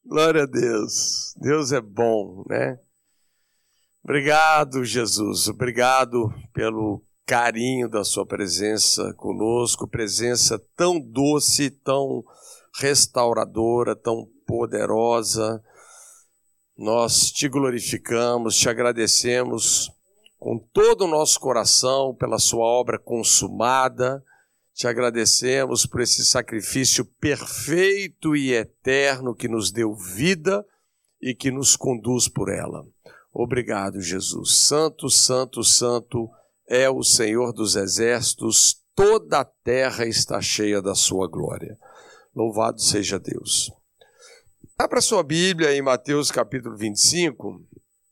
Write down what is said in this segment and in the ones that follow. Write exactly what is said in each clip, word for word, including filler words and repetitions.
Glória a Deus. Deus é bom, né? Obrigado, Jesus. Obrigado pelo carinho da sua presença conosco, presença tão doce, tão restauradora, tão poderosa. Nós te glorificamos, te agradecemos com todo o nosso coração pela sua obra consumada. Te agradecemos por esse sacrifício perfeito e eterno que nos deu vida e que nos conduz por ela. Obrigado, Jesus. Santo, santo, santo é o Senhor dos exércitos. Toda a terra está cheia da sua glória. Louvado seja Deus. Abra sua Bíblia em Mateus capítulo vinte e cinco.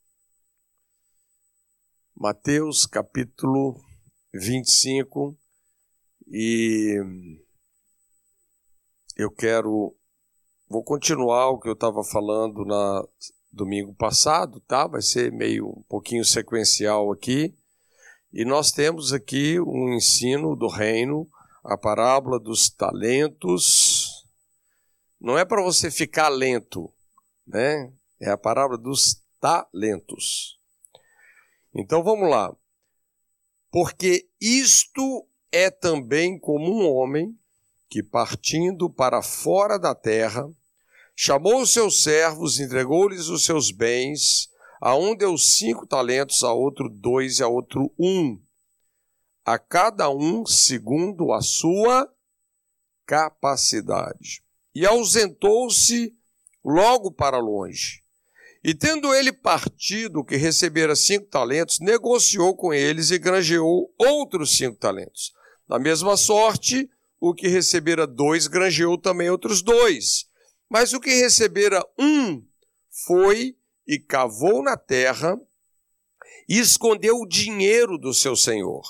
Mateus capítulo vinte e cinco. E eu quero, vou continuar o que eu estava falando na domingo passado, tá? Vai ser meio um pouquinho sequencial aqui. E nós temos aqui um ensino do reino, a parábola dos talentos. Não é para você ficar lento, né? É a parábola dos talentos. Então vamos lá. Porque isto é também como um homem que, partindo para fora da terra, chamou os seus servos, entregou-lhes os seus bens, a um deu cinco talentos, a outro dois e a outro um, a cada um segundo a sua capacidade. E ausentou-se logo para longe. E tendo ele partido, que recebera cinco talentos, negociou com eles e granjeou outros cinco talentos. Da mesma sorte, o que recebera dois, granjeou também outros dois. Mas o que recebera um, foi e cavou na terra e escondeu o dinheiro do seu senhor.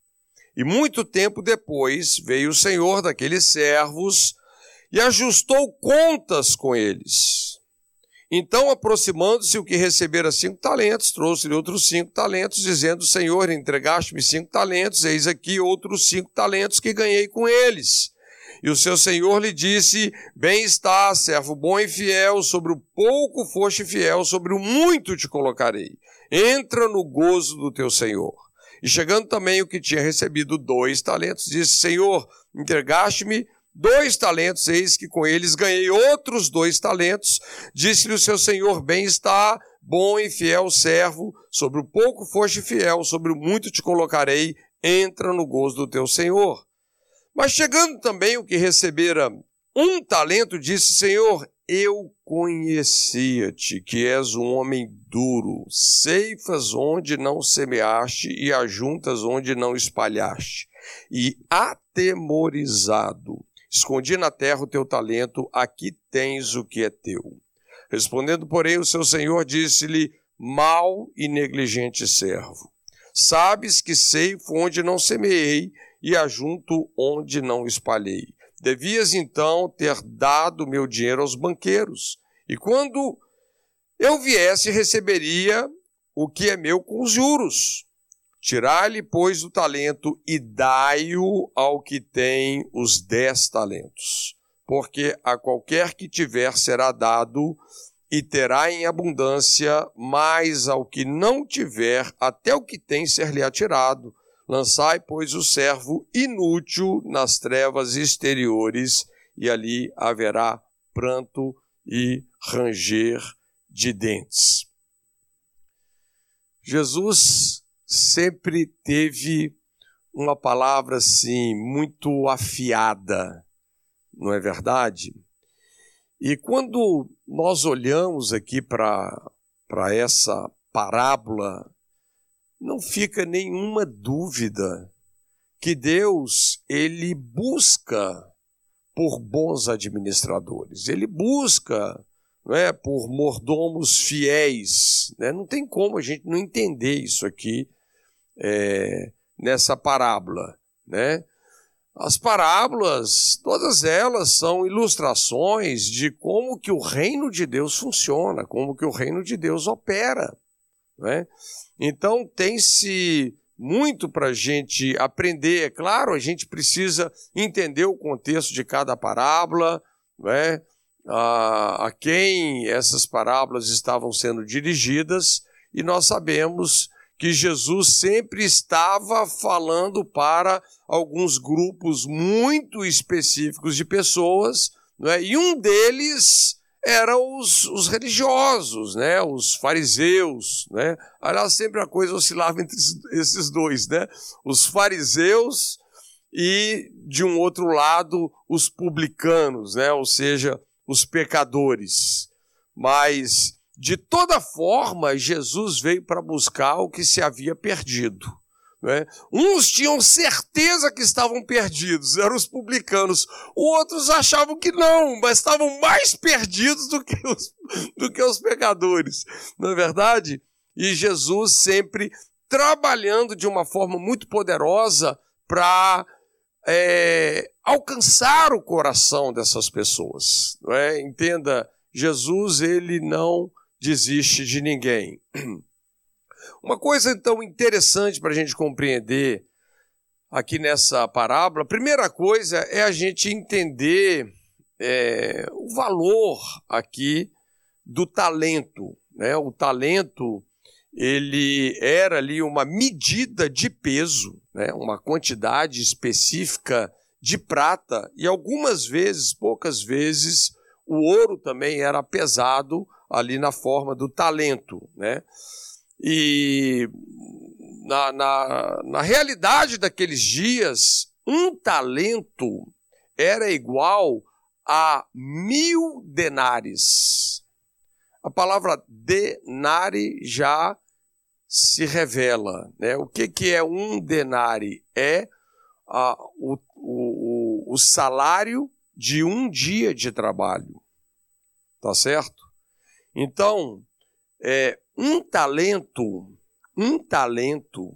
E muito tempo depois veio o senhor daqueles servos e ajustou contas com eles. Então, aproximando-se o que recebera cinco talentos, trouxe-lhe outros cinco talentos, dizendo: Senhor, entregaste-me cinco talentos, eis aqui outros cinco talentos que ganhei com eles. E o seu senhor lhe disse: Bem está, servo bom e fiel, sobre o pouco foste fiel, sobre o muito te colocarei. Entra no gozo do teu senhor. E chegando também o que tinha recebido dois talentos, disse: Senhor, entregaste-me dois talentos, eis que com eles ganhei outros dois talentos. Disse-lhe o seu senhor: Bem está, bom e fiel servo, sobre o pouco foste fiel, sobre o muito te colocarei, entra no gozo do teu senhor. Mas chegando também o que recebera um talento, disse: Senhor, eu conhecia-te, que és um homem duro, ceifas onde não semeaste e ajuntas onde não espalhaste. E atemorizado, escondi na terra o teu talento, aqui tens o que é teu. Respondendo, porém, o seu senhor disse-lhe: Mau e negligente servo, sabes que ceifo onde não semeei e ajunto onde não espalhei. Devias então ter dado meu dinheiro aos banqueiros, e quando eu viesse receberia o que é meu com os juros. Tirai-lhe, pois, o talento e dai-o ao que tem os dez talentos. Porque a qualquer que tiver será dado e terá em abundância, mas ao que não tiver, até o que tem ser-lhe-á tirado. Lançai, pois, o servo inútil nas trevas exteriores, e ali haverá pranto e ranger de dentes. Jesus sempre teve uma palavra assim, muito afiada, não é verdade? E quando nós olhamos aqui para para essa parábola, não fica nenhuma dúvida que Deus, ele busca por bons administradores, ele busca, não é, por mordomos fiéis, né? Não tem como a gente não entender isso aqui, É, nessa parábola, né? As parábolas, todas elas são ilustrações de como que o reino de Deus funciona, como que o reino de Deus opera, né? Então tem-se muito para a gente aprender. É claro, a gente precisa entender o contexto de cada parábola, né? a, a quem essas parábolas estavam sendo dirigidas, e nós sabemos que Jesus sempre estava falando para alguns grupos muito específicos de pessoas, não é? E um deles eram os, os religiosos, né? Os fariseus, né? Aliás, sempre a coisa oscilava entre esses dois, né? Os fariseus e, de um outro lado, os publicanos, né? Ou seja, os pecadores. Mas, de toda forma, Jesus veio para buscar o que se havia perdido, né? Uns tinham certeza que estavam perdidos, eram os publicanos. Outros achavam que não, mas estavam mais perdidos do que os, do que os pecadores, não é verdade? E Jesus sempre trabalhando de uma forma muito poderosa para é, alcançar o coração dessas pessoas, não é? Entenda, Jesus, ele não desiste de ninguém. Uma coisa, então, interessante para a gente compreender aqui nessa parábola, a primeira coisa é a gente entender é, o valor aqui do talento, né? O talento, ele era ali uma medida de peso, né? Uma quantidade específica de prata, e algumas vezes, poucas vezes, o ouro também era pesado ali na forma do talento, né? E na, na, na realidade daqueles dias, um talento era igual a mil denares. A palavra denari já se revela, né? O que, que é um denari? É a, o, o, o salário de um dia de trabalho, tá certo? Então, é, um talento, um talento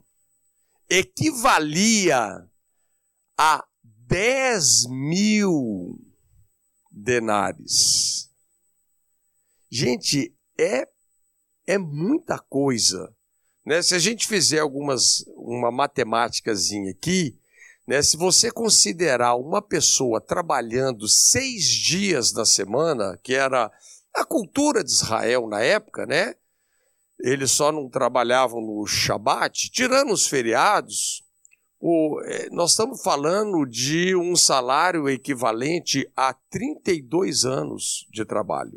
equivalia a dez mil denares. Gente, é, é muita coisa, né? Se a gente fizer algumas, uma matemáticazinha aqui, né? Se você considerar uma pessoa trabalhando seis dias da semana, que era a cultura de Israel na época, né? Eles só não trabalhavam no Shabat, tirando os feriados, o, é, nós estamos falando de um salário equivalente a trinta e dois anos de trabalho.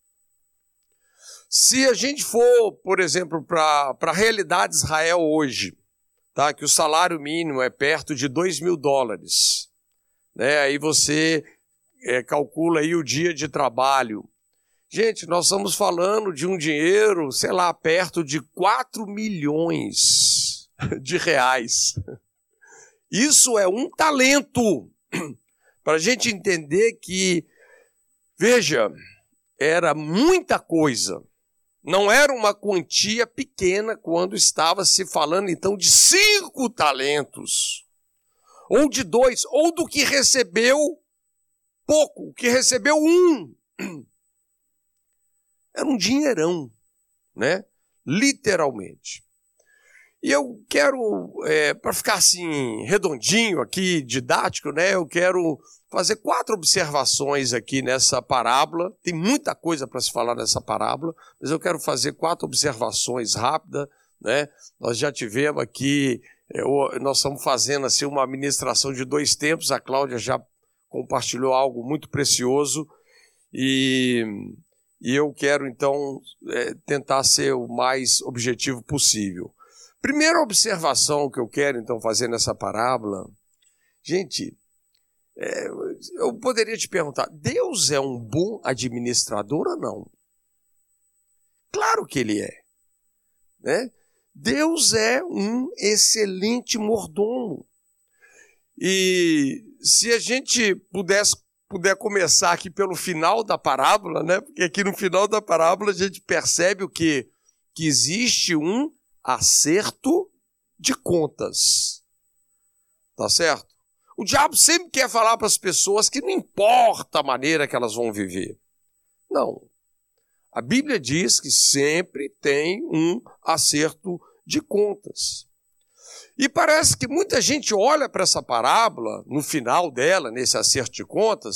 Se a gente for, por exemplo, para a realidade de Israel hoje, tá? Que o salário mínimo é perto de dois mil dólares, né? Aí você é, calcula aí o dia de trabalho. Gente, nós estamos falando de um dinheiro, sei lá, perto de quatro milhões de reais. Isso é um talento. Para a gente entender que, veja, era muita coisa. Não era uma quantia pequena quando estava se falando, então, de cinco talentos. Ou de dois, ou do que recebeu pouco, o que recebeu um. Era um dinheirão, né? Literalmente. E eu quero, é, para ficar assim, redondinho aqui, didático, né? Eu quero fazer quatro observações aqui nessa parábola. Tem muita coisa para se falar nessa parábola, mas eu quero fazer quatro observações rápidas, né? Nós já tivemos aqui, é, nós estamos fazendo assim uma administração de dois tempos, a Cláudia já compartilhou algo muito precioso, e... E eu quero, então, é, tentar ser o mais objetivo possível. Primeira observação que eu quero, então, fazer nessa parábola, gente, é, eu poderia te perguntar, Deus é um bom administrador ou não? Claro que ele é, né? Deus é um excelente mordomo. E se a gente pudesse puder começar aqui pelo final da parábola, né? Porque aqui no final da parábola a gente percebe o quê? Que existe um acerto de contas. Tá certo? O diabo sempre quer falar para as pessoas que não importa a maneira que elas vão viver. Não. A Bíblia diz que sempre tem um acerto de contas. E parece que muita gente olha para essa parábola, no final dela, nesse acerto de contas,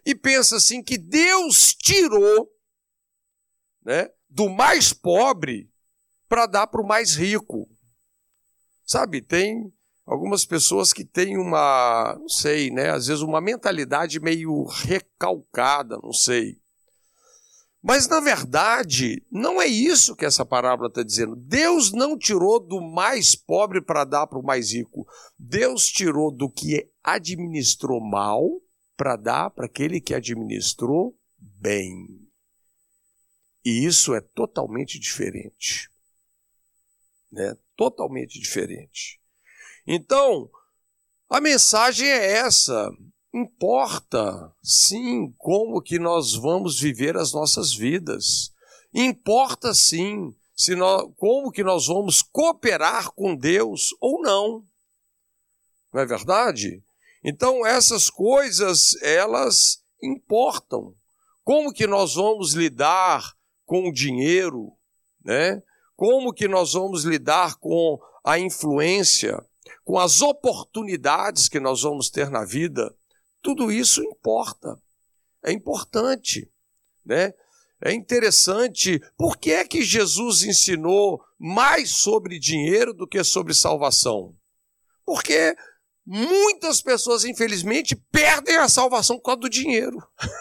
e pensa assim que Deus tirou, né, do mais pobre para dar para o mais rico. Sabe, tem algumas pessoas que têm uma, não sei, né, às vezes uma mentalidade meio recalcada, não sei. Mas, na verdade, não é isso que essa parábola está dizendo. Deus não tirou do mais pobre para dar para o mais rico. Deus tirou do que administrou mal para dar para aquele que administrou bem. E isso é totalmente diferente. Né? Totalmente diferente. Então, a mensagem é essa. Importa, sim, como que nós vamos viver as nossas vidas. Importa, sim, se nós, como que nós vamos cooperar com Deus ou não. Não é verdade? Então, essas coisas, elas importam. Como que nós vamos lidar com o dinheiro, né? Como que nós vamos lidar com a influência, com as oportunidades que nós vamos ter na vida. Tudo isso importa, é importante, né? É interessante. Por que é que Jesus ensinou mais sobre dinheiro do que sobre salvação? Porque muitas pessoas, infelizmente, perdem a salvação por causa do dinheiro.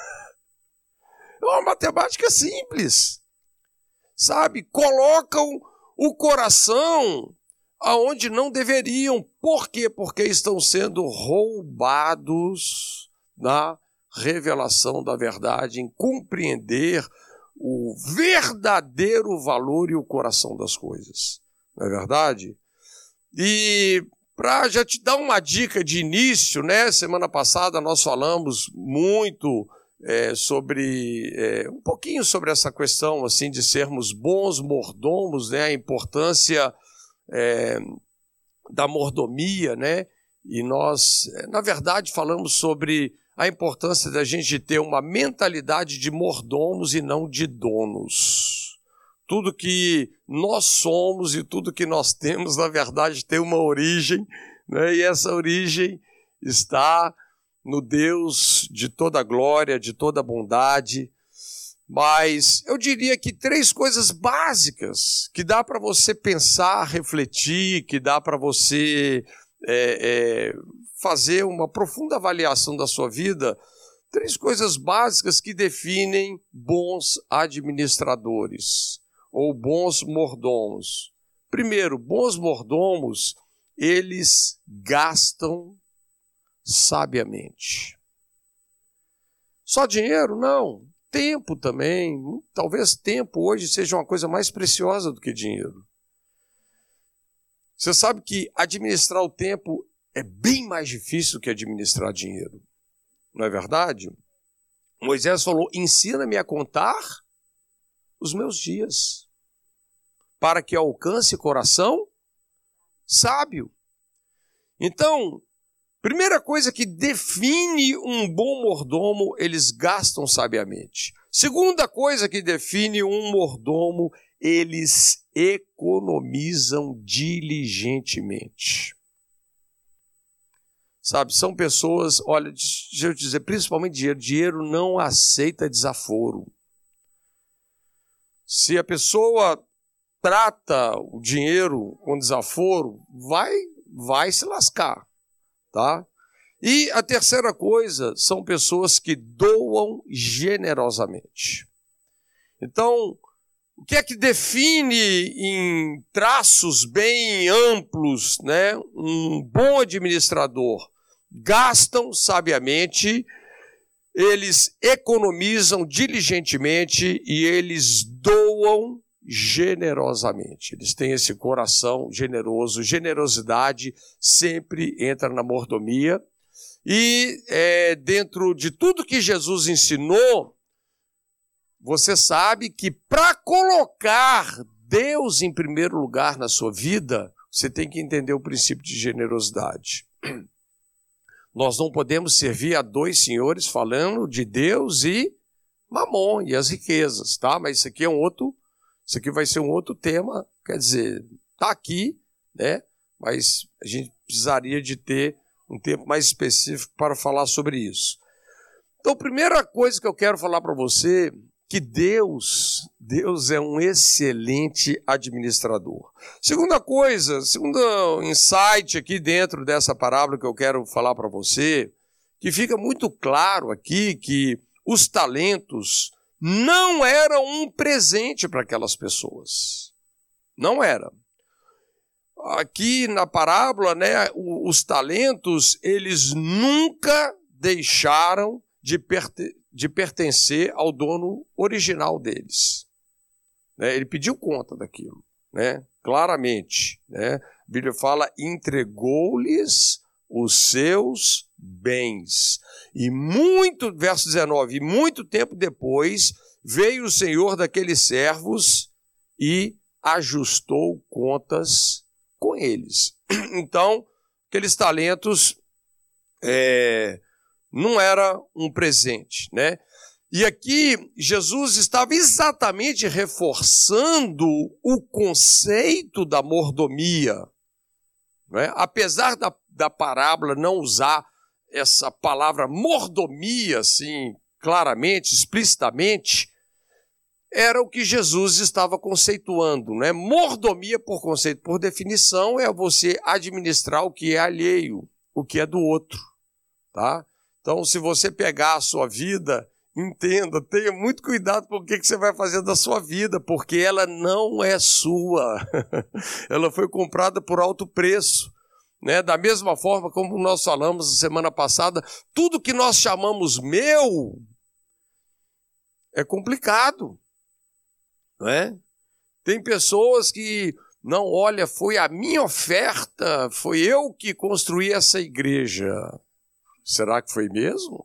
É uma matemática simples, sabe? Colocam o coração aonde não deveriam. Por quê? Porque estão sendo roubados na revelação da verdade, em compreender o verdadeiro valor e o coração das coisas. Não é verdade? E para já te dar uma dica de início, né? Semana passada nós falamos muito é, sobre, é, um pouquinho sobre essa questão assim, de sermos bons mordomos, né? A importância É, da mordomia, né? E nós, na verdade, falamos sobre a importância da gente ter uma mentalidade de mordomos e não de donos. Tudo que nós somos e tudo que nós temos, na verdade, tem uma origem, né? E essa origem está no Deus de toda glória, de toda bondade. Mas eu diria que três coisas básicas que dá para você pensar, refletir, que dá para você é, é, fazer uma profunda avaliação da sua vida. Três coisas básicas que definem bons administradores ou bons mordomos. Primeiro, bons mordomos, eles gastam sabiamente. Só dinheiro? Não. Tempo também, talvez tempo hoje seja uma coisa mais preciosa do que dinheiro. Você sabe que administrar o tempo é bem mais difícil do que administrar dinheiro. Não é verdade? Moisés falou, ensina-me a contar os meus dias, para que alcance coração sábio. Então, primeira coisa que define um bom mordomo, eles gastam sabiamente. Segunda coisa que define um mordomo, eles economizam diligentemente. Sabe, são pessoas, olha, deixa eu te dizer, principalmente dinheiro, dinheiro não aceita desaforo. Se a pessoa trata o dinheiro com desaforo, vai, vai se lascar. Tá? E a terceira coisa são pessoas que doam generosamente. Então, o que é que define em traços bem amplos, né, um bom administrador? Gastam sabiamente, eles economizam diligentemente e eles doam generosamente. Eles têm esse coração generoso. Generosidade sempre entra na mordomia. E é, dentro de tudo que Jesus ensinou, você sabe que para colocar Deus em primeiro lugar na sua vida, você tem que entender o princípio de generosidade. Nós não podemos servir a dois senhores falando de Deus e Mamon e as riquezas, tá? Mas isso aqui é um outro Isso aqui vai ser um outro tema, quer dizer, está aqui, né? Mas a gente precisaria de ter um tempo mais específico para falar sobre isso. Então, primeira coisa que eu quero falar para você, que Deus, Deus é um excelente administrador. Segunda coisa, segundo insight aqui dentro dessa parábola que eu quero falar para você, que fica muito claro aqui que os talentos não eram um presente para aquelas pessoas. Não era. Aqui na parábola, né, os talentos, eles nunca deixaram de, perte- de pertencer ao dono original deles. Né? Ele pediu conta daquilo, né? Claramente. Né? A Bíblia fala, entregou-lhes os seus bens. E muito, verso dezenove, e muito tempo depois, veio o Senhor daqueles servos e ajustou contas com eles. Então, aqueles talentos é, não era um presente, né? E aqui Jesus estava exatamente reforçando o conceito da mordomia, né? Apesar da, da parábola não usar essa palavra mordomia assim claramente, explicitamente, era o que Jesus estava conceituando, né? Mordomia, por conceito, por definição, é você administrar o que é alheio, o que é do outro, tá? Então, se você pegar a sua vida, entenda, tenha muito cuidado com o que você vai fazer da sua vida, porque ela não é sua. Ela foi comprada por alto preço, né? Da mesma forma como nós falamos na semana passada, tudo que nós chamamos meu é complicado. Não é? Tem pessoas que, não, olha, foi a minha oferta, foi eu que construí essa igreja. Será que foi mesmo?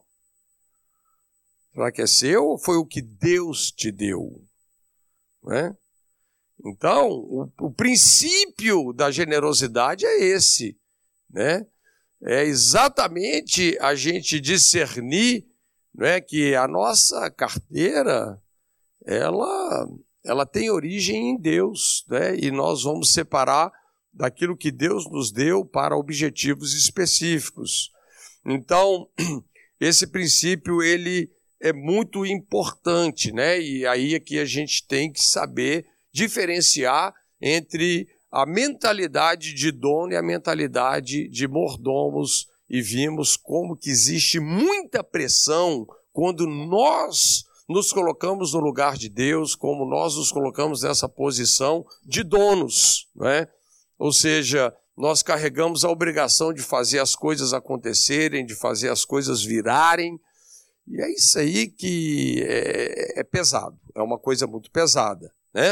Será que é seu ou foi o que Deus te deu? Não é? Então, o, o princípio da generosidade é esse, né? É exatamente a gente discernir, não é, que a nossa carteira, ela... ela tem origem em Deus, né? E nós vamos separar daquilo que Deus nos deu para objetivos específicos. Então, esse princípio, ele é muito importante, né? E aí é que a gente tem que saber diferenciar entre a mentalidade de dono e a mentalidade de mordomos, e vimos como que existe muita pressão quando nós nos colocamos no lugar de Deus, como nós nos colocamos nessa posição de donos, né? Ou seja, nós carregamos a obrigação de fazer as coisas acontecerem, de fazer as coisas virarem, e é isso aí que é, é pesado, é uma coisa muito pesada, né?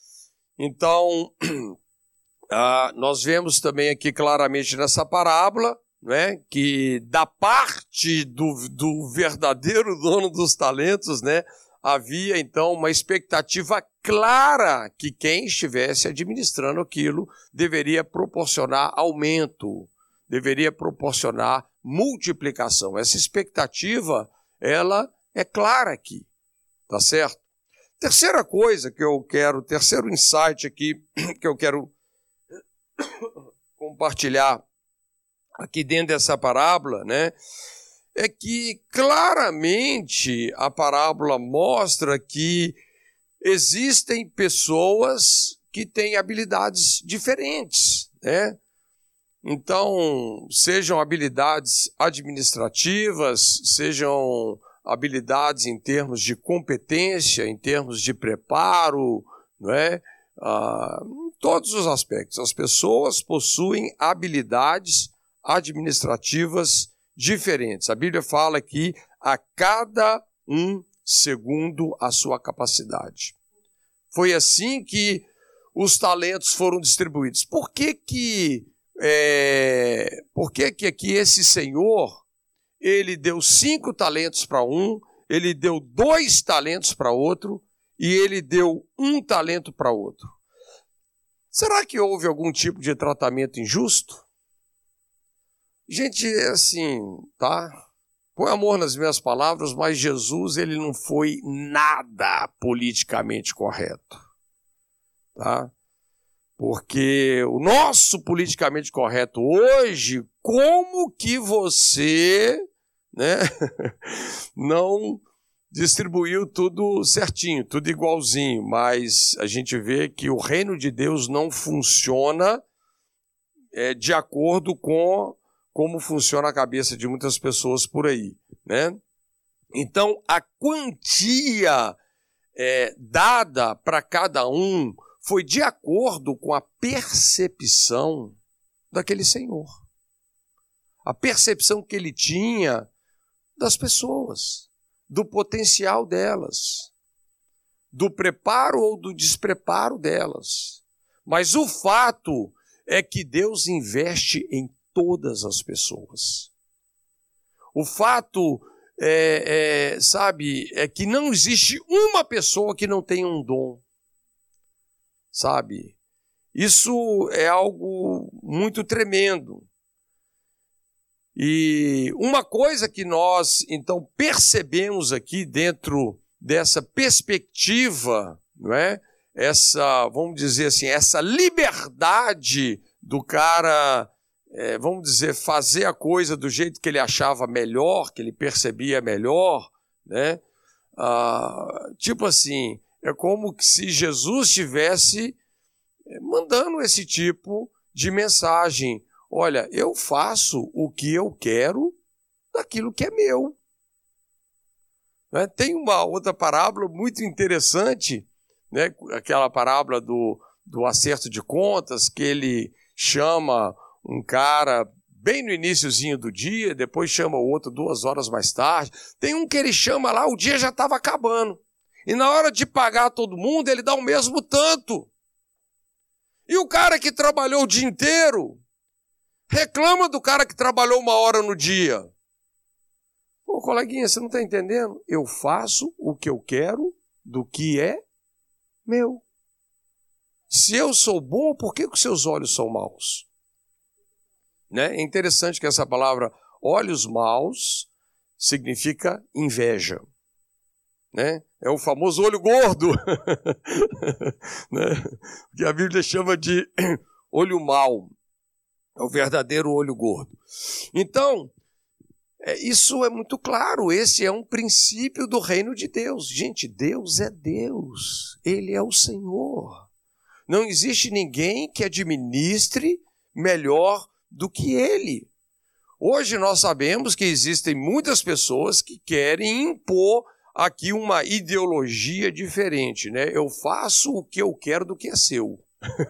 Então, ah, nós vemos também aqui claramente nessa parábola, né, que da parte do, do verdadeiro dono dos talentos, né, havia então uma expectativa clara que quem estivesse administrando aquilo deveria proporcionar aumento, deveria proporcionar multiplicação. Essa expectativa, ela é clara aqui, tá certo? Terceira coisa que eu quero, terceiro insight aqui que eu quero compartilhar aqui dentro dessa parábola, né, é que claramente a parábola mostra que existem pessoas que têm habilidades diferentes, né? Então, sejam habilidades administrativas, sejam habilidades em termos de competência, em termos de preparo, não é? Ah, em todos os aspectos. As pessoas possuem habilidades administrativas diferentes. A Bíblia fala que a cada um segundo a sua capacidade. Foi assim que os talentos foram distribuídos. Por que que, é, por que que aqui esse senhor, ele deu cinco talentos para um, ele deu dois talentos para outro e ele deu um talento para outro? Será que houve algum tipo de tratamento injusto? Gente, assim, tá? Põe amor nas minhas palavras, mas Jesus, ele não foi nada politicamente correto, tá? Porque o nosso politicamente correto hoje, como que você né? Não distribuiu tudo certinho, tudo igualzinho, mas a gente vê que o reino de Deus não funciona é, de acordo com como funciona a cabeça de muitas pessoas por aí, né? Então, a quantia é, dada para cada um foi de acordo com a percepção daquele senhor. A percepção que ele tinha das pessoas, do potencial delas, do preparo ou do despreparo delas. Mas o fato é que Deus investe em todas as pessoas. O fato, é, é, sabe, é que não existe uma pessoa que não tenha um dom, sabe? Isso é algo muito tremendo. E uma coisa que nós, então, percebemos aqui dentro dessa perspectiva, não é? Essa, vamos dizer assim, essa liberdade do cara, é, vamos dizer, fazer a coisa do jeito que ele achava melhor, que ele percebia melhor, né? Ah, tipo assim, é como se Jesus estivesse mandando esse tipo de mensagem. Olha, eu faço o que eu quero daquilo que é meu. Né? Tem uma outra parábola muito interessante, né? Aquela parábola do, do acerto de contas, que ele chama um cara bem no iniciozinho do dia, depois chama o outro duas horas mais tarde. Tem um que ele chama lá, o dia já estava acabando. E na hora de pagar todo mundo, ele dá o mesmo tanto. E o cara que trabalhou o dia inteiro reclama do cara que trabalhou uma hora no dia. Pô, coleguinha, você não está entendendo? Eu faço o que eu quero do que é meu. Se eu sou bom, por que os seus olhos são maus? Né? É interessante que essa palavra olhos maus significa inveja. Né? É o famoso olho gordo, né? Que a Bíblia chama de olho mau. É o verdadeiro olho gordo. Então, é, isso é muito claro. Esse é um princípio do reino de Deus. Gente, Deus é Deus. Ele é o Senhor. Não existe ninguém que administre melhor do que Ele. Hoje nós sabemos que existem muitas pessoas que querem impor aqui uma ideologia diferente, né? Eu faço o que eu quero do que é seu.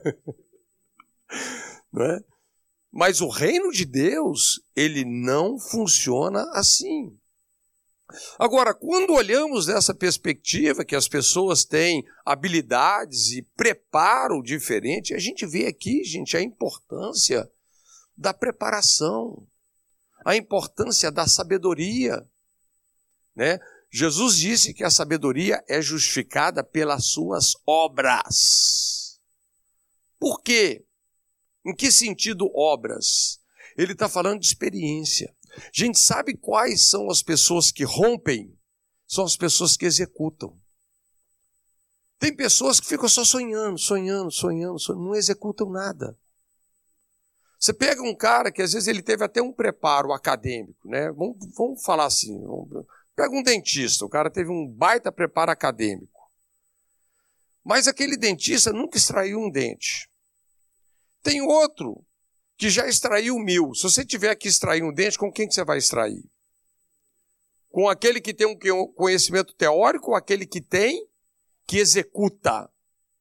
Não é? Mas o reino de Deus, ele não funciona assim. Agora, quando olhamos dessa perspectiva, que as pessoas têm habilidades e preparo diferente, a gente vê aqui, gente, a importância da preparação, a importância da sabedoria, né? Jesus disse que a sabedoria é justificada pelas suas obras. Por quê? Em que sentido obras? Ele está falando de experiência. Gente, sabe quais são as pessoas que rompem? São as pessoas que executam. Tem pessoas que ficam só sonhando, sonhando, sonhando, sonhando, não executam nada. Você pega um cara que às vezes ele teve até um preparo acadêmico, né? Vamos, vamos falar assim, vamos... Pega um dentista, o cara teve um baita preparo acadêmico. Mas aquele dentista nunca extraiu um dente. Tem outro que já extraiu mil. Se você tiver que extrair um dente, com quem que você vai extrair? Com aquele que tem um conhecimento teórico ou aquele que tem, que executa?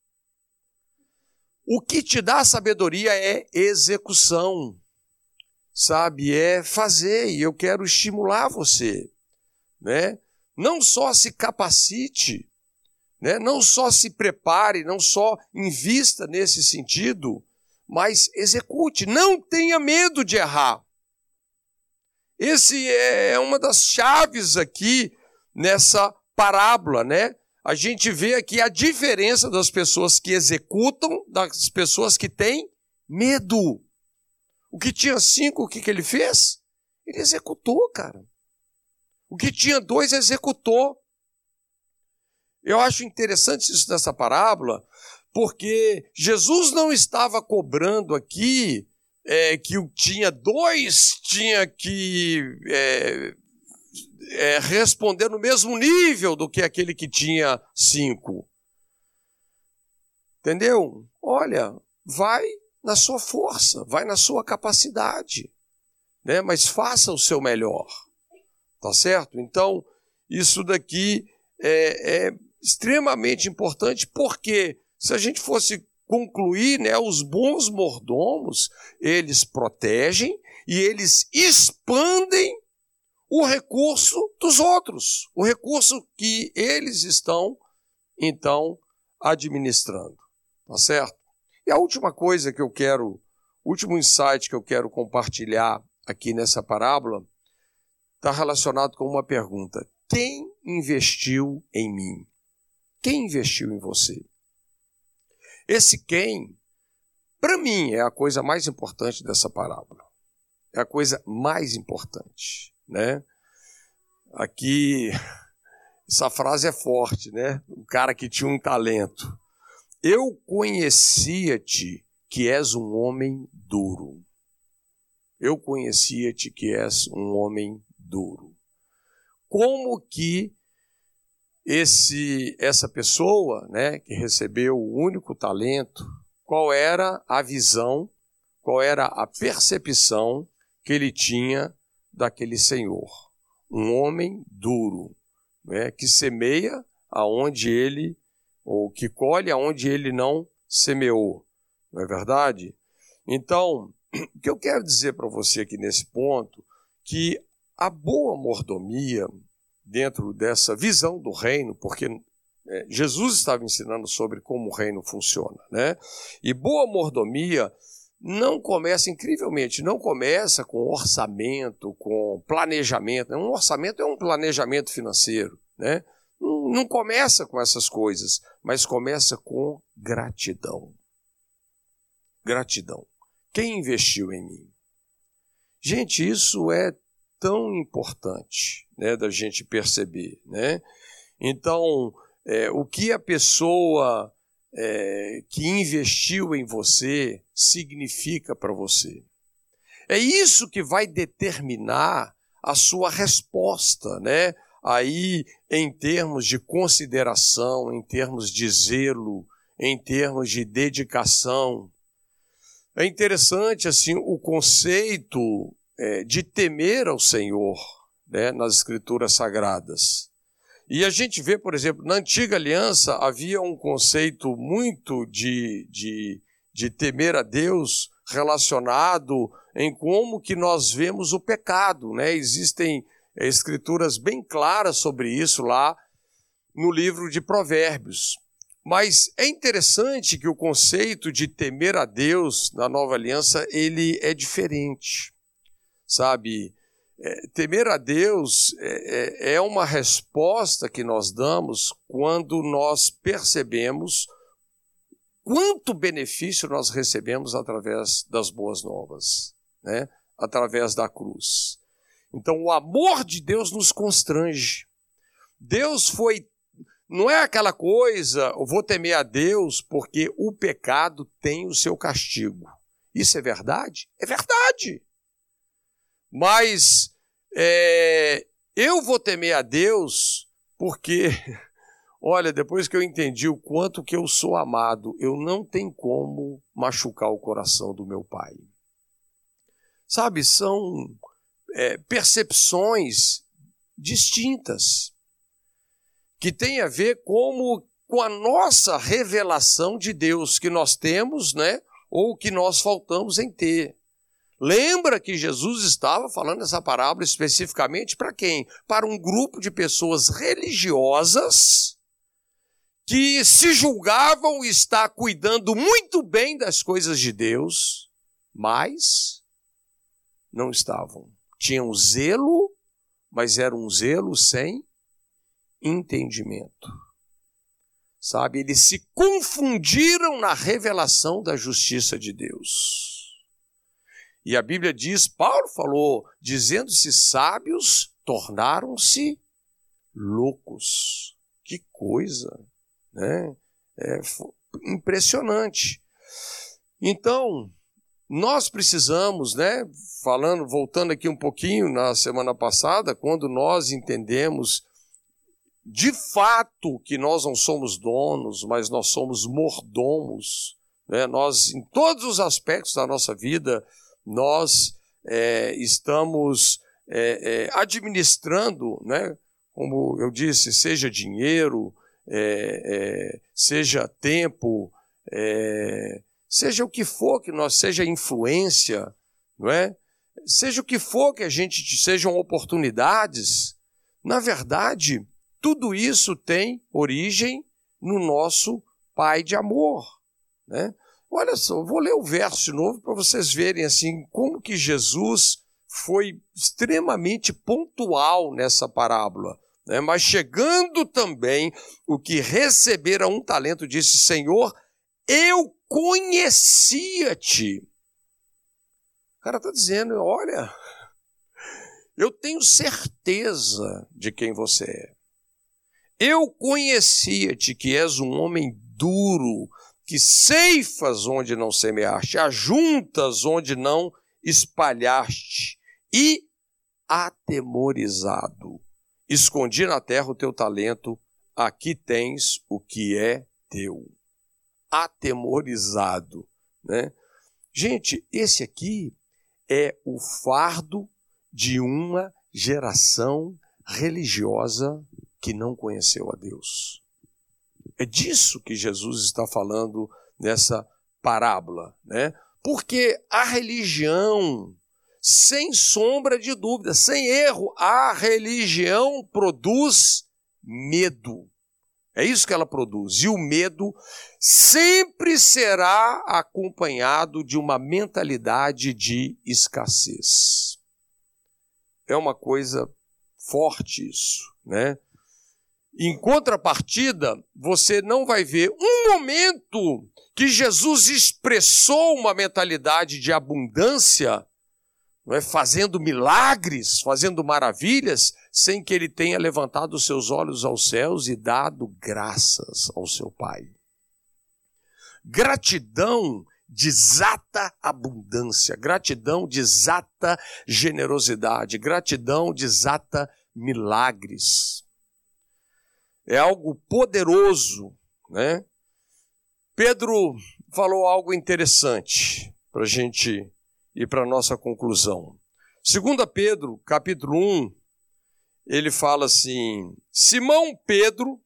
O que te dá sabedoria é execução. Sabe? É fazer, e eu quero estimular você. Né? Não só se capacite, né? Não só se prepare, não só invista nesse sentido, mas execute, não tenha medo de errar. Esse é uma das chaves aqui nessa parábola, né? A gente vê aqui a diferença das pessoas que executam, das pessoas que têm medo. O que tinha cinco, o que, que ele fez? Ele executou, cara. O que tinha dois executou. Eu acho interessante isso nessa parábola, porque Jesus não estava cobrando aqui é, que o tinha dois tinha que é, é, responder no mesmo nível do que aquele que tinha cinco. Entendeu? Olha, vai na sua força, vai na sua capacidade, né? Mas faça o seu melhor, tá certo? Então, isso daqui é, é extremamente importante, porque se a gente fosse concluir, né, os bons mordomos, eles protegem e eles expandem o recurso dos outros, o recurso que eles estão, então, administrando, tá certo? E a última coisa que eu quero, o último insight que eu quero compartilhar aqui nessa parábola, está relacionado com uma pergunta: quem investiu em mim? Quem investiu em você? Esse quem, para mim, é a coisa mais importante dessa parábola. É a coisa mais importante, né? Aqui, essa frase é forte, né? O cara que tinha um talento. Eu conhecia-te que és um homem duro. Eu conhecia-te que és um homem duro. Como que esse, essa pessoa, né, que recebeu o único talento, qual era a visão, qual era a percepção que ele tinha daquele senhor? Um homem duro, né, que semeia aonde ele, ou que colhe aonde ele não semeou, não é verdade? Então, o que eu quero dizer para você aqui nesse ponto, que a boa mordomia, dentro dessa visão do reino, porque é, Jesus estava ensinando sobre como o reino funciona, né? E boa mordomia não começa, incrivelmente, não começa com orçamento, com planejamento. Um orçamento é um planejamento financeiro, né? Não, não começa com essas coisas, mas começa com gratidão. Gratidão. Quem investiu em mim? Gente, isso é tão importante, né, da gente perceber, né? Então, é, o que a pessoa é, que investiu em você significa para você. É isso que vai determinar a sua resposta, né? Aí, em termos de consideração, em termos de zelo, em termos de dedicação. É interessante, assim, o conceito é, de temer ao Senhor, né, nas Escrituras Sagradas. E a gente vê, por exemplo, na Antiga Aliança havia um conceito muito de, de, de temer a Deus relacionado em como que nós vemos o pecado, né? Existem é, escrituras bem claras sobre isso lá no livro de Provérbios. Mas é interessante que o conceito de temer a Deus na Nova Aliança, ele é diferente, sabe? É, temer a Deus é, é uma resposta que nós damos quando nós percebemos quanto benefício nós recebemos através das boas novas, né? Através da cruz. Então, o amor de Deus nos constrange. Deus foi... Não é aquela coisa, eu vou temer a Deus porque o pecado tem o seu castigo. Isso é verdade? É verdade. Mas é, eu vou temer a Deus porque, olha, depois que eu entendi o quanto que eu sou amado, eu não tenho como machucar o coração do meu pai. Sabe, são é, percepções distintas, que tem a ver como, com a nossa revelação de Deus que nós temos, né, ou que nós faltamos em ter. Lembra que Jesus estava falando essa parábola especificamente para quem? Para um grupo de pessoas religiosas que se julgavam estar cuidando muito bem das coisas de Deus, mas não estavam. Tinham zelo, mas era um zelo sem entendimento, sabe? Eles se confundiram na revelação da justiça de Deus. E a Bíblia diz, Paulo falou, dizendo-se sábios, tornaram-se loucos. Que coisa, né? É impressionante. Então, nós precisamos, né, falando, voltando aqui um pouquinho na semana passada, quando nós entendemos de fato que nós não somos donos, mas nós somos mordomos, né? Nós, em todos os aspectos da nossa vida, nós é, estamos é, é, administrando, né? Como eu disse, seja dinheiro, é, é, seja tempo, é, seja o que for que nós, seja influência, não é? Seja o que for que a gente, sejam oportunidades, na verdade, tudo isso tem origem no nosso Pai de amor, né? Olha só, vou ler o verso de novo para vocês verem assim como que Jesus foi extremamente pontual nessa parábola, né? Mas chegando também o que recebera um talento, disse: Senhor, eu conhecia-te. O cara está dizendo: olha, eu tenho certeza de quem você é. Eu conhecia-te que és um homem duro, que ceifas onde não semeaste, ajuntas onde não espalhaste, e atemorizado. Escondi na terra o teu talento, aqui tens o que é teu. Atemorizado, né? Gente, esse aqui é o fardo de uma geração religiosa que não conheceu a Deus. É disso que Jesus está falando nessa parábola, né? Porque a religião, sem sombra de dúvida, sem erro, a religião produz medo. É isso que ela produz. E o medo sempre será acompanhado de uma mentalidade de escassez. É uma coisa forte isso, né? Em contrapartida, você não vai ver um momento que Jesus expressou uma mentalidade de abundância, não é, fazendo milagres, fazendo maravilhas, sem que ele tenha levantado os seus olhos aos céus e dado graças ao seu Pai. Gratidão desata abundância, gratidão desata generosidade, gratidão desata milagres. É algo poderoso, né? Pedro falou algo interessante para a gente ir para a nossa conclusão. Segunda Pedro, capítulo um, ele fala assim: Simão Pedro,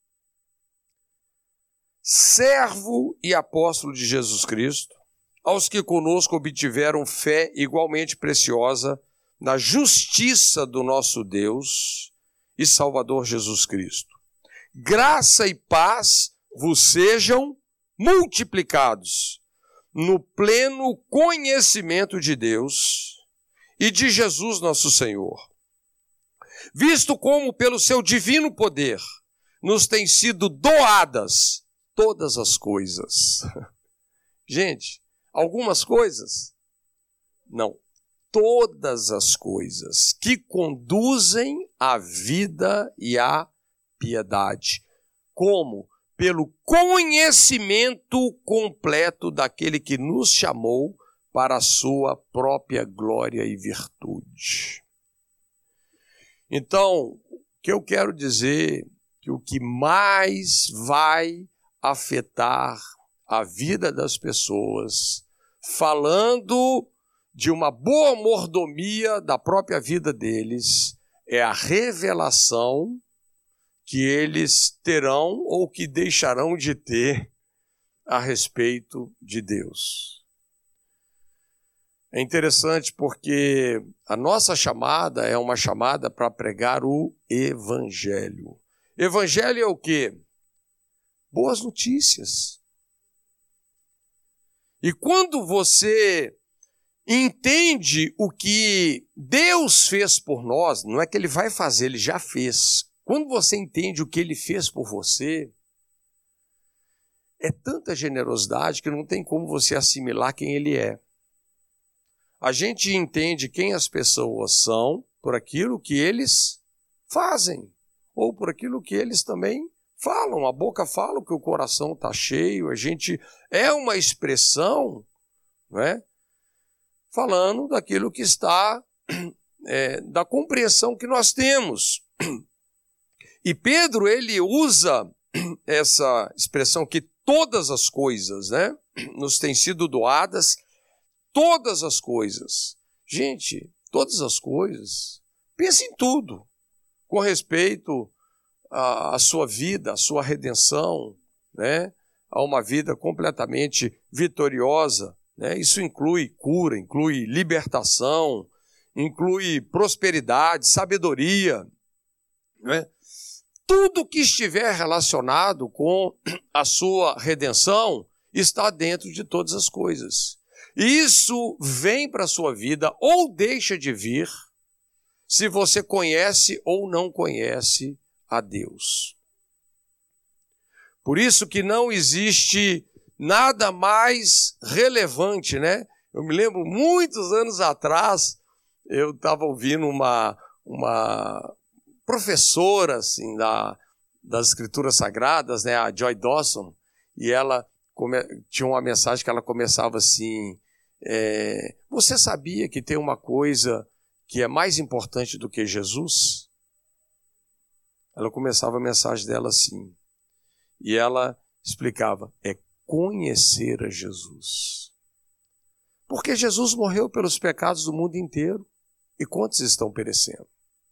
servo e apóstolo de Jesus Cristo, aos que conosco obtiveram fé igualmente preciosa na justiça do nosso Deus e Salvador Jesus Cristo. Graça e paz vos sejam multiplicados no pleno conhecimento de Deus e de Jesus nosso Senhor, visto como pelo seu divino poder nos têm sido doadas todas as coisas. Gente, algumas coisas? Não. Todas as coisas que conduzem à vida e à piedade. Como? Pelo conhecimento completo daquele que nos chamou para a sua própria glória e virtude. Então, o que eu quero dizer, que o que mais vai afetar a vida das pessoas, falando de uma boa mordomia da própria vida deles, é a revelação que eles terão ou que deixarão de ter a respeito de Deus. É interessante porque a nossa chamada é uma chamada para pregar o Evangelho. Evangelho é o quê? Boas notícias. E quando você entende o que Deus fez por nós, não é que Ele vai fazer, Ele já fez. Quando você entende o que Ele fez por você, é tanta generosidade que não tem como você assimilar quem Ele é. A gente entende quem as pessoas são por aquilo que eles fazem, ou por aquilo que eles também falam. A boca fala que o coração está cheio, a gente é uma expressão, não é? falando daquilo que está, é, da compreensão que nós temos. E Pedro, ele usa essa expressão que todas as coisas, né, nos têm sido doadas, todas as coisas. Gente, todas as coisas, pense em tudo, com respeito à, à sua vida, à sua redenção, né, a uma vida completamente vitoriosa, né? Isso inclui cura, inclui libertação, inclui prosperidade, sabedoria, né? Tudo que estiver relacionado com a sua redenção está dentro de todas as coisas. E isso vem para a sua vida ou deixa de vir se você conhece ou não conhece a Deus. Por isso que não existe nada mais relevante, né? Eu me lembro, muitos anos atrás, eu estava ouvindo uma... uma professora assim, da, das Escrituras Sagradas, né, a Joy Dawson, e ela come, tinha uma mensagem que ela começava assim, é, você sabia que tem uma coisa que é mais importante do que Jesus? Ela começava a mensagem dela assim, e ela explicava, é conhecer a Jesus. Porque Jesus morreu pelos pecados do mundo inteiro, e quantos estão perecendo?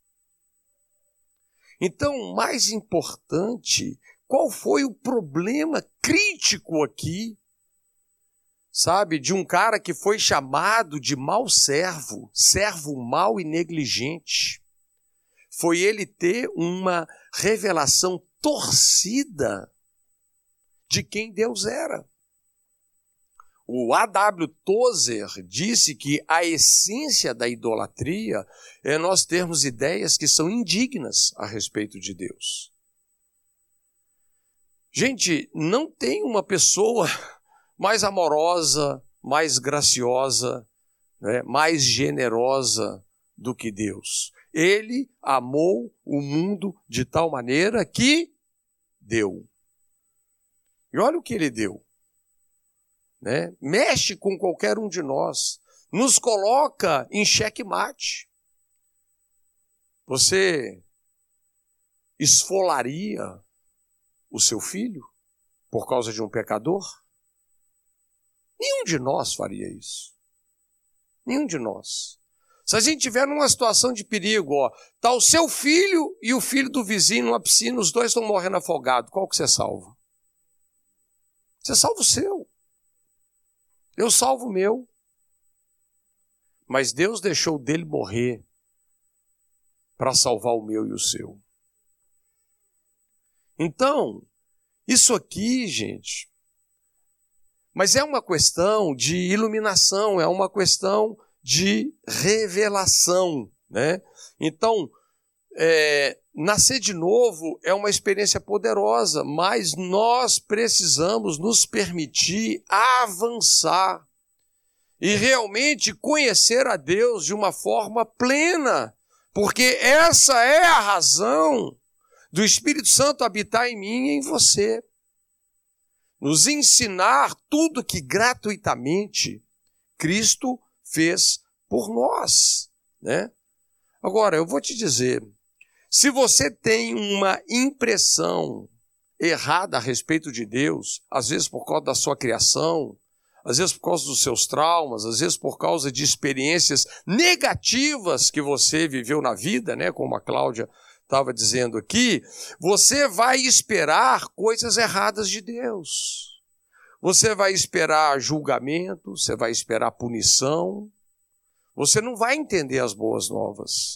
Então, mais importante, qual foi o problema crítico aqui, sabe, de um cara que foi chamado de mau servo, servo mau e negligente? Foi ele ter uma revelação torcida de quem Deus era. O A W Tozer disse que a essência da idolatria é nós termos ideias que são indignas a respeito de Deus. Gente, não tem uma pessoa mais amorosa, mais graciosa, né, mais generosa do que Deus. Ele amou o mundo de tal maneira que deu. E olha o que ele deu. Né? Mexe com qualquer um de nós, nos coloca em xeque-mate. Você esfolaria o seu filho por causa de um pecador? Nenhum de nós faria isso. Nenhum de nós. Se a gente tiver numa situação de perigo, ó, tá o seu filho e o filho do vizinho numa piscina, os dois estão morrendo afogados, qual que você salva? Você salva o seu. Eu salvo o meu. Mas Deus deixou dele morrer para salvar o meu e o seu. Então, isso aqui, gente, mas é uma questão de iluminação, é uma questão de revelação, né? Então, é, nascer de novo é uma experiência poderosa, mas nós precisamos nos permitir avançar e realmente conhecer a Deus de uma forma plena, porque essa é a razão do Espírito Santo habitar em mim e em você. Nos ensinar tudo que gratuitamente Cristo fez por nós, né? Agora, eu vou te dizer, se você tem uma impressão errada a respeito de Deus, às vezes por causa da sua criação, às vezes por causa dos seus traumas, às vezes por causa de experiências negativas que você viveu na vida, né, como a Cláudia estava dizendo aqui, você vai esperar coisas erradas de Deus. Você vai esperar julgamento, você vai esperar punição, você não vai entender as boas novas.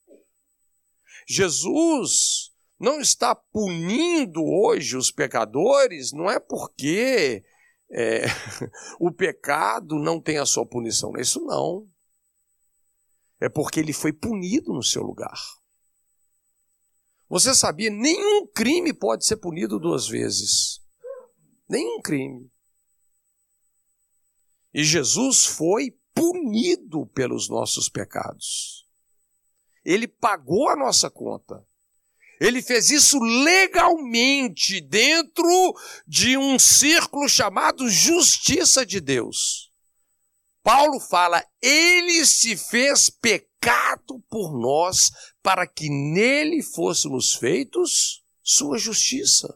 Jesus não está punindo hoje os pecadores, não é porque é, o pecado não tem a sua punição, não é isso não. É porque ele foi punido no seu lugar. Você sabia, nenhum crime pode ser punido duas vezes. Nenhum crime. E Jesus foi punido pelos nossos pecados. Ele pagou a nossa conta. Ele fez isso legalmente dentro de um círculo chamado justiça de Deus. Paulo fala, ele se fez pecado por nós, para que nele fôssemos feitos sua justiça.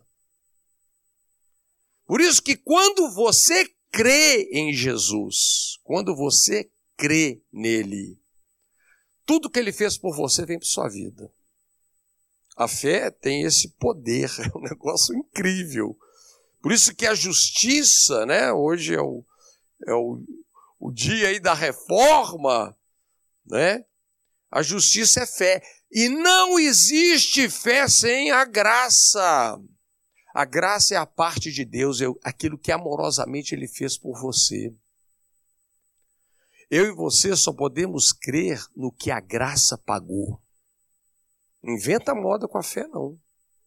Por isso que quando você crê em Jesus, quando você crê nele, tudo que ele fez por você vem para sua vida. A fé tem esse poder, é um negócio incrível. Por isso que a justiça, né, hoje é o, é o, o dia aí da reforma, né? A justiça é fé. E não existe fé sem a graça. A graça é a parte de Deus, é aquilo que amorosamente ele fez por você. Eu e você só podemos crer no que a graça pagou. Não inventa moda com a fé, não.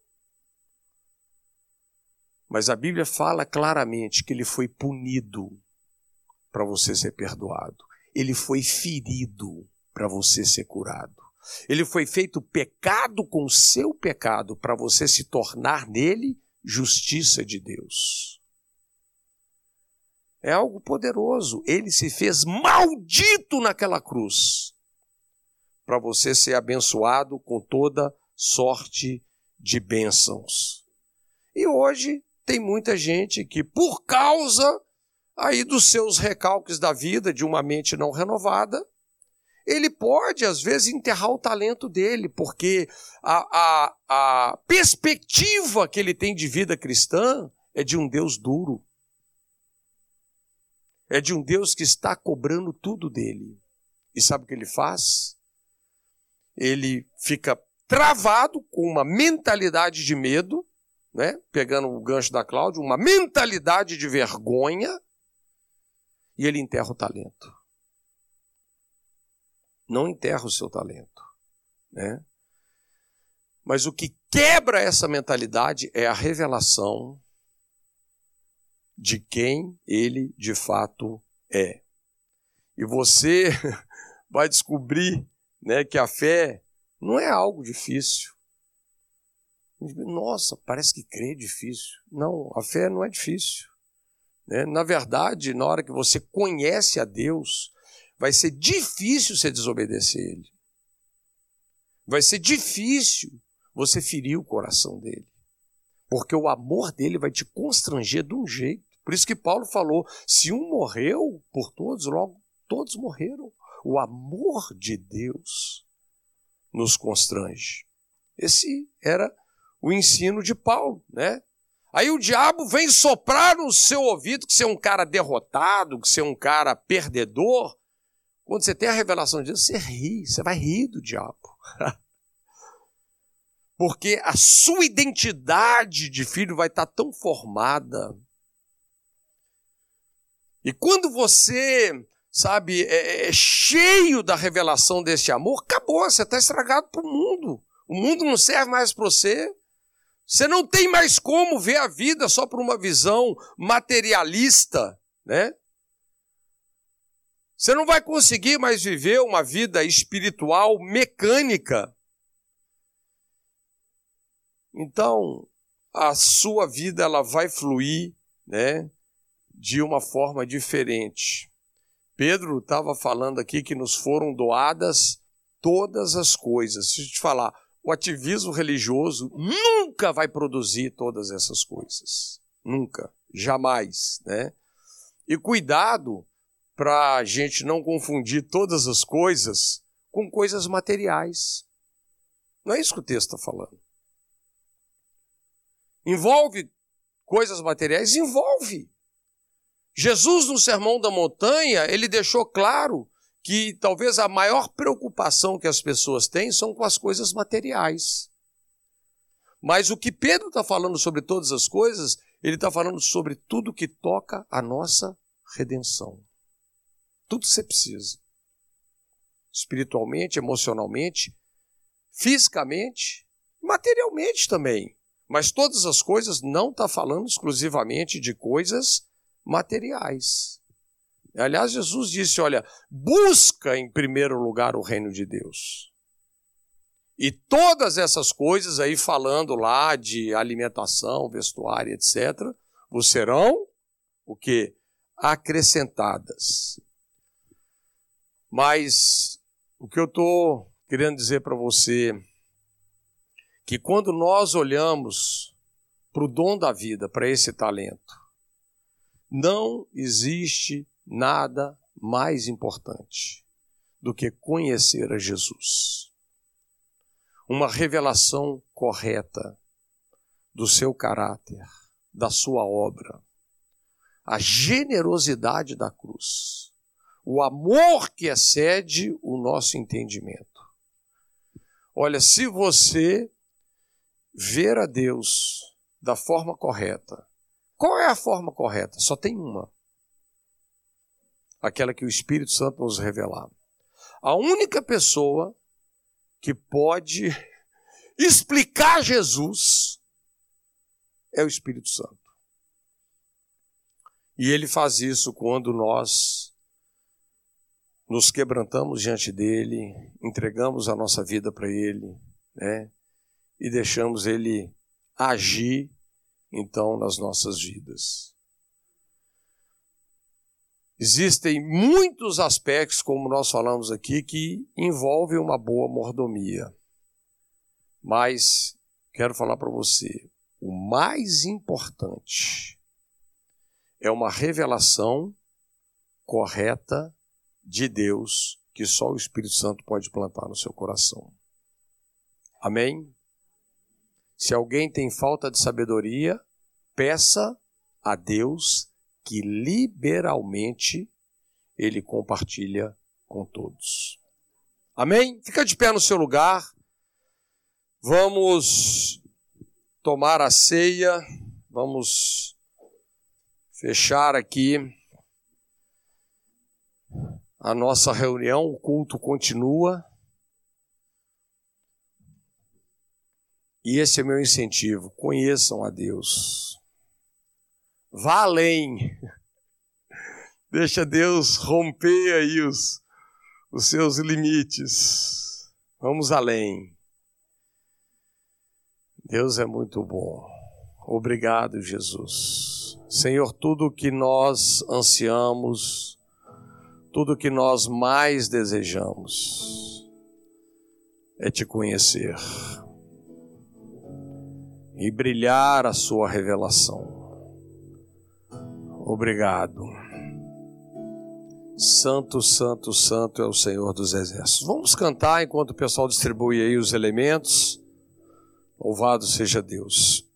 Mas a Bíblia fala claramente que ele foi punido para você ser perdoado. Ele foi ferido para você ser curado. Ele foi feito pecado com o seu pecado para você se tornar nele justiça de Deus. É algo poderoso. Ele se fez maldito naquela cruz para você ser abençoado com toda sorte de bênçãos. E hoje tem muita gente que, por causa aí dos seus recalques da vida, de uma mente não renovada, ele pode, às vezes, enterrar o talento dele, porque a, a, a perspectiva que ele tem de vida cristã é de um Deus duro. É de um Deus que está cobrando tudo dele. E sabe o que ele faz? Ele fica travado com uma mentalidade de medo, né? Pegando o gancho da Cláudia, uma mentalidade de vergonha, e ele enterra o talento. Não enterra o seu talento, né? Mas o que quebra essa mentalidade é a revelação de quem ele de fato é. E você vai descobrir, né, que a fé não é algo difícil. Nossa, parece que crer é difícil. Não, a fé não é difícil, né? Na verdade, na hora que você conhece a Deus, vai ser difícil você desobedecer ele. Vai ser difícil você ferir o coração dele. Porque o amor dele vai te constranger de um jeito. Por isso que Paulo falou, se um morreu por todos, logo todos morreram. O amor de Deus nos constrange. Esse era o ensino de Paulo, né? Aí o diabo vem soprar no seu ouvido que você é um cara derrotado, que você é um cara perdedor. Quando você tem a revelação de Deus, você ri, você vai rir do diabo. Porque a sua identidade de filho vai estar tão formada. E quando você, sabe, é, é cheio da revelação desse amor, acabou, você está estragado para o mundo. O mundo não serve mais para você. Você não tem mais como ver a vida só por uma visão materialista, né? Você não vai conseguir mais viver uma vida espiritual mecânica. Então, a sua vida ela vai fluir, né, de uma forma diferente. Pedro estava falando aqui que nos foram doadas todas as coisas. Deixa eu te falar, o ativismo religioso nunca vai produzir todas essas coisas. Nunca, jamais, né? E cuidado para a gente não confundir todas as coisas com coisas materiais. Não é isso que o texto está falando. Envolve coisas materiais? Envolve. Jesus, no Sermão da Montanha, ele deixou claro que talvez a maior preocupação que as pessoas têm são com as coisas materiais. Mas o que Pedro está falando sobre todas as coisas, ele está falando sobre tudo que toca a nossa redenção. Tudo que você precisa. Espiritualmente, emocionalmente, fisicamente, materialmente também. Mas todas as coisas não está falando exclusivamente de coisas materiais. Aliás, Jesus disse, olha, busca em primeiro lugar o reino de Deus. E todas essas coisas aí falando lá de alimentação, vestuário, etcétera, vos serão o quê? Acrescentadas. Mas o que eu estou querendo dizer para você, que quando nós olhamos para o dom da vida, para esse talento, não existe nada mais importante do que conhecer a Jesus. Uma revelação correta do seu caráter, da sua obra, a generosidade da cruz, o amor que excede o nosso entendimento. Olha, se você ver a Deus da forma correta, qual é a forma correta? Só tem uma. Aquela que o Espírito Santo nos revelar. A única pessoa que pode explicar Jesus é o Espírito Santo. E ele faz isso quando nós nos quebrantamos diante dele, entregamos a nossa vida para ele, né? E deixamos ele agir, então, nas nossas vidas. Existem muitos aspectos, como nós falamos aqui, que envolvem uma boa mordomia. Mas quero falar para você, o mais importante é uma revelação correta de Deus que só o Espírito Santo pode plantar no seu coração. Amém? Se alguém tem falta de sabedoria, peça a Deus que liberalmente ele compartilha com todos. Amém? Fica de pé no seu lugar. Vamos tomar a ceia. Vamos fechar aqui a nossa reunião. O culto continua. E esse é meu incentivo. Conheçam a Deus. Vá além. Deixa Deus romper aí os, os seus limites. Vamos além. Deus é muito bom. Obrigado, Jesus. Senhor, tudo que nós ansiamos, tudo que nós mais desejamos é te conhecer e brilhar a sua revelação. Obrigado. Santo, santo, santo é o Senhor dos Exércitos. Vamos cantar enquanto o pessoal distribui aí os elementos. Louvado seja Deus.